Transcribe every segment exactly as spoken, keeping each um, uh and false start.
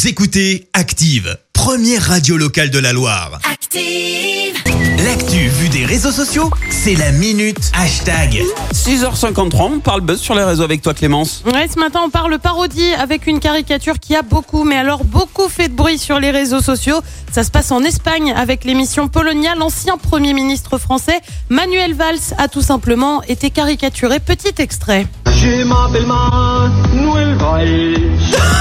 Vous écoutez Active, première radio locale de la Loire. Active! L'actu vue des réseaux sociaux, c'est la minute hashtag. six heures cinquante-trois, on parle buzz sur les réseaux avec toi Clémence. Ouais, ce matin on parle parodie avec une caricature qui a beaucoup, mais alors beaucoup fait de bruit sur les réseaux sociaux. Ça se passe en Espagne avec l'émission Polonia. L'ancien Premier ministre français, Manuel Valls, a tout simplement été caricaturé. Petit extrait. Je m'appelle Manuel Valls.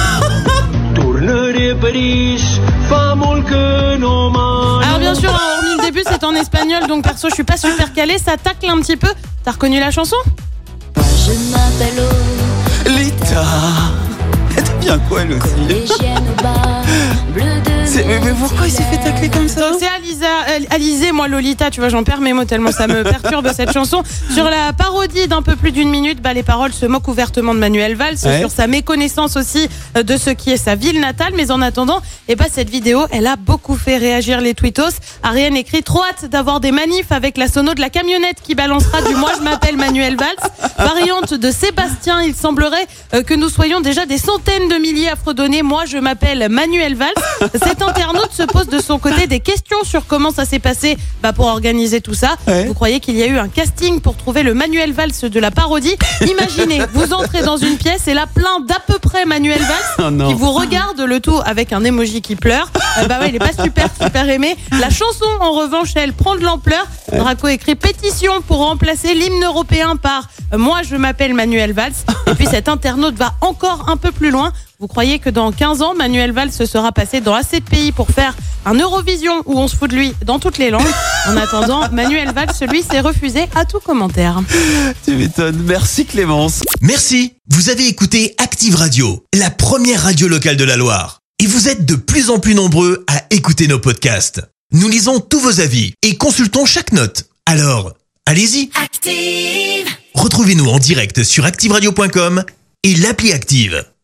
Tournerai Paris, fa molt que no m'en- Alors bien sûr, hein, hormis le début, c'est en espagnol, donc perso je suis pas super calée, ça tacle un petit peu. T'as reconnu la chanson ? Je m'appelle Lita. Elle était bien quoi elle aussi. collégienne au bar, bleu de C'est- mais, mais pourquoi il s'est fait tacler comme ça? Donc c'est Alisa, euh, Alizé, moi Lolita, tu vois, j'en perds mes mots tellement ça me perturbe cette chanson. Sur la parodie d'un peu plus d'une minute, bah, les paroles se moquent ouvertement de Manuel Valls, Ouais. sur sa méconnaissance aussi euh, de ce qui est sa ville natale. Mais en attendant, eh bah, cette vidéo, elle a beaucoup fait réagir les tweetos. Ariane écrit: trop hâte d'avoir des manifs avec la sono de la camionnette qui balancera du moi je m'appelle Manuel Valls. Variante de Sébastien, il semblerait euh, que nous soyons déjà des centaines de milliers à fredonner moi je m'appelle Manuel Valls. Cet internaute se pose de son côté des questions sur comment ça s'est passé bah, pour organiser tout ça. Ouais. Vous croyez qu'il y a eu un casting pour trouver le Manuel Valls de la parodie? Imaginez, vous entrez dans une pièce et là plein d'à peu près Manuel Valls Oh non. qui vous regarde, le tout avec un emoji qui pleure. Euh, bah ouais, il est pas super super aimé. La chanson en revanche, elle prend de l'ampleur. Draco écrit pétition pour remplacer l'hymne européen par euh, moi je m'appelle Manuel Valls. Et puis cet internaute va encore un peu plus loin. Vous croyez que dans quinze ans, Manuel Valls se sera passé dans assez de pays pour faire un Eurovision où on se fout de lui dans toutes les langues? En attendant, Manuel Valls, lui, s'est refusé à tout commentaire. Tu m'étonnes. Merci Clémence. Merci, vous avez écouté Active Radio, la première radio locale de la Loire. Et vous êtes de plus en plus nombreux à écouter nos podcasts. Nous lisons tous vos avis et consultons chaque note. Alors, allez-y, Active! retrouvez-nous en direct sur active radio point com et l'appli Active.